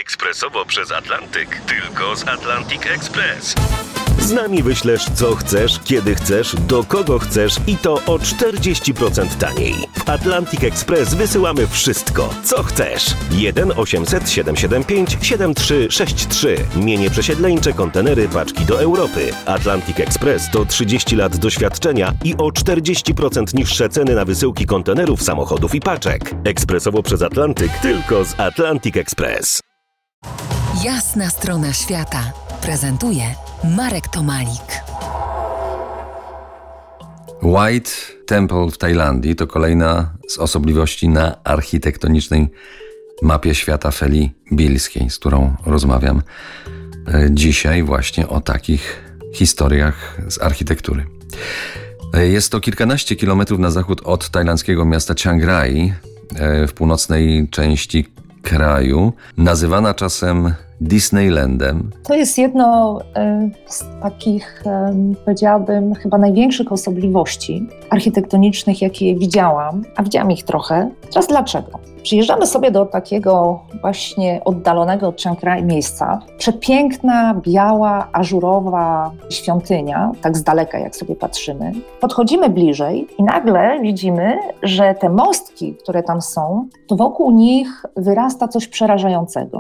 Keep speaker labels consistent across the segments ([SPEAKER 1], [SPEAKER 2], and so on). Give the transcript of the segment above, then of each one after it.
[SPEAKER 1] Ekspresowo przez Atlantyk. Tylko z Atlantic Express. Z nami wyślesz co chcesz, kiedy chcesz, do kogo chcesz i to o 40% taniej. W Atlantic Express wysyłamy wszystko, co chcesz. 1 800 775 7363. Mienie przesiedleńcze, kontenery, paczki do Europy. Atlantic Express to 30 lat doświadczenia i o 40% niższe ceny na wysyłki kontenerów, samochodów i paczek. Ekspresowo przez Atlantyk, tylko z Atlantic Express.
[SPEAKER 2] Jasna strona świata prezentuje Marek Tomalik.
[SPEAKER 3] White Temple w Tajlandii to kolejna z osobliwości na architektonicznej mapie świata Feli Bielskiej, z którą rozmawiam dzisiaj właśnie o takich historiach z architektury. Jest to kilkanaście kilometrów na zachód od tajlandzkiego miasta Chiang Rai w północnej części kraju, nazywana czasem Disneylandem.
[SPEAKER 4] To jest jedno z takich, powiedziałabym, chyba największych osobliwości architektonicznych, jakie widziałam, a widziałam ich trochę. Teraz dlaczego? Przyjeżdżamy sobie do takiego właśnie oddalonego od Chiang Rai miejsca. Przepiękna, biała, ażurowa świątynia, tak z daleka jak sobie patrzymy. Podchodzimy bliżej i nagle widzimy, że te mostki, które tam są, to wokół nich wyrasta coś przerażającego.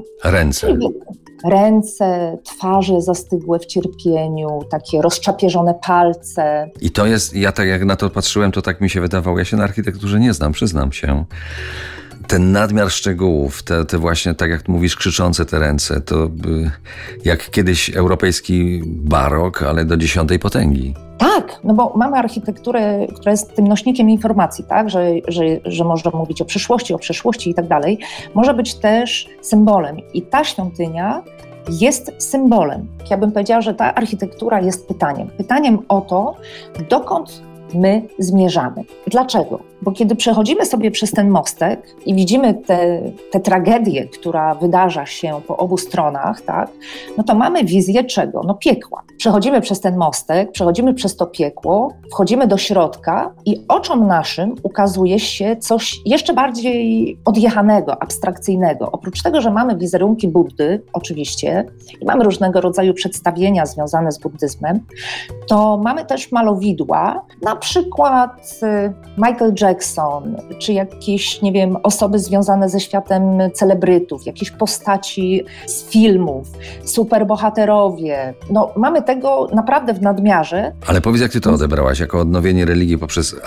[SPEAKER 4] Ręce, twarze zastygłe w cierpieniu, takie rozczapieżone palce.
[SPEAKER 3] I to jest, ja tak jak na to patrzyłem, to tak mi się wydawało. Ja się na architekturze nie znam, przyznam się. Ten nadmiar szczegółów, te właśnie, tak jak mówisz, krzyczące te ręce, to jak kiedyś europejski barok, ale do 10. potęgi.
[SPEAKER 4] Tak, no bo mamy architekturę, która jest tym nośnikiem informacji, tak, że można mówić o przeszłości i tak dalej. Może być też symbolem i ta świątynia jest symbolem. Ja bym powiedziała, że ta architektura jest pytaniem o to, dokąd my zmierzamy. Dlaczego? Bo kiedy przechodzimy sobie przez ten mostek i widzimy tę tragedię, która wydarza się po obu stronach, tak, no to mamy wizję czego? No piekła. Przechodzimy przez ten mostek, przechodzimy przez to piekło, wchodzimy do środka i oczom naszym ukazuje się coś jeszcze bardziej odjechanego, abstrakcyjnego. Oprócz tego, że mamy wizerunki Buddy, oczywiście, i mamy różnego rodzaju przedstawienia związane z buddyzmem, to mamy też malowidła, na przykład Michael Jackson, czy jakieś, nie wiem, osoby związane ze światem celebrytów, jakieś postaci z filmów, superbohaterowie. No, mamy tego naprawdę w nadmiarze.
[SPEAKER 3] Ale powiedz, jak ty to odebrałaś? Jako odnowienie religii poprzez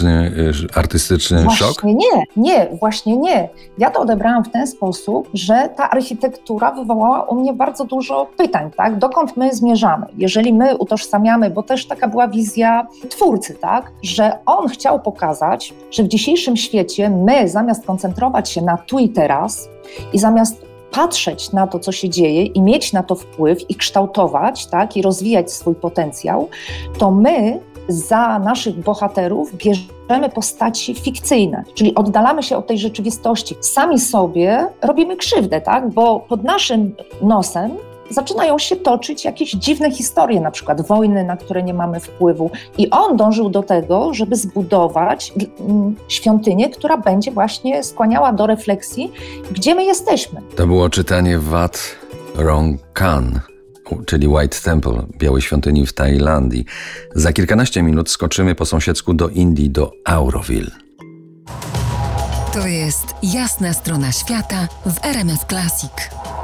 [SPEAKER 3] artystyczny szok?
[SPEAKER 4] Właśnie nie. Ja to odebrałam w ten sposób, że ta architektura wywołała u mnie bardzo dużo pytań, tak? Dokąd my zmierzamy? Jeżeli my utożsamiamy, bo też taka była wizja twórcy, tak? Że on chciał pokazać, że w dzisiejszym świecie my zamiast koncentrować się na tu i teraz i zamiast patrzeć na to, co się dzieje i mieć na to wpływ i kształtować, tak, i rozwijać swój potencjał, to my za naszych bohaterów bierzemy postaci fikcyjne, czyli oddalamy się od tej rzeczywistości. Sami sobie robimy krzywdę, tak, bo pod naszym nosem zaczynają się toczyć jakieś dziwne historie, na przykład wojny, na które nie mamy wpływu. I on dążył do tego, żeby zbudować świątynię, która będzie właśnie skłaniała do refleksji, gdzie my jesteśmy.
[SPEAKER 3] To było czytanie Wat Rong Khan, czyli White Temple, Białej Świątyni w Tajlandii. Za kilkanaście minut skoczymy po sąsiedzku do Indii, do Auroville.
[SPEAKER 2] To jest Jasna strona świata w RMF Classic.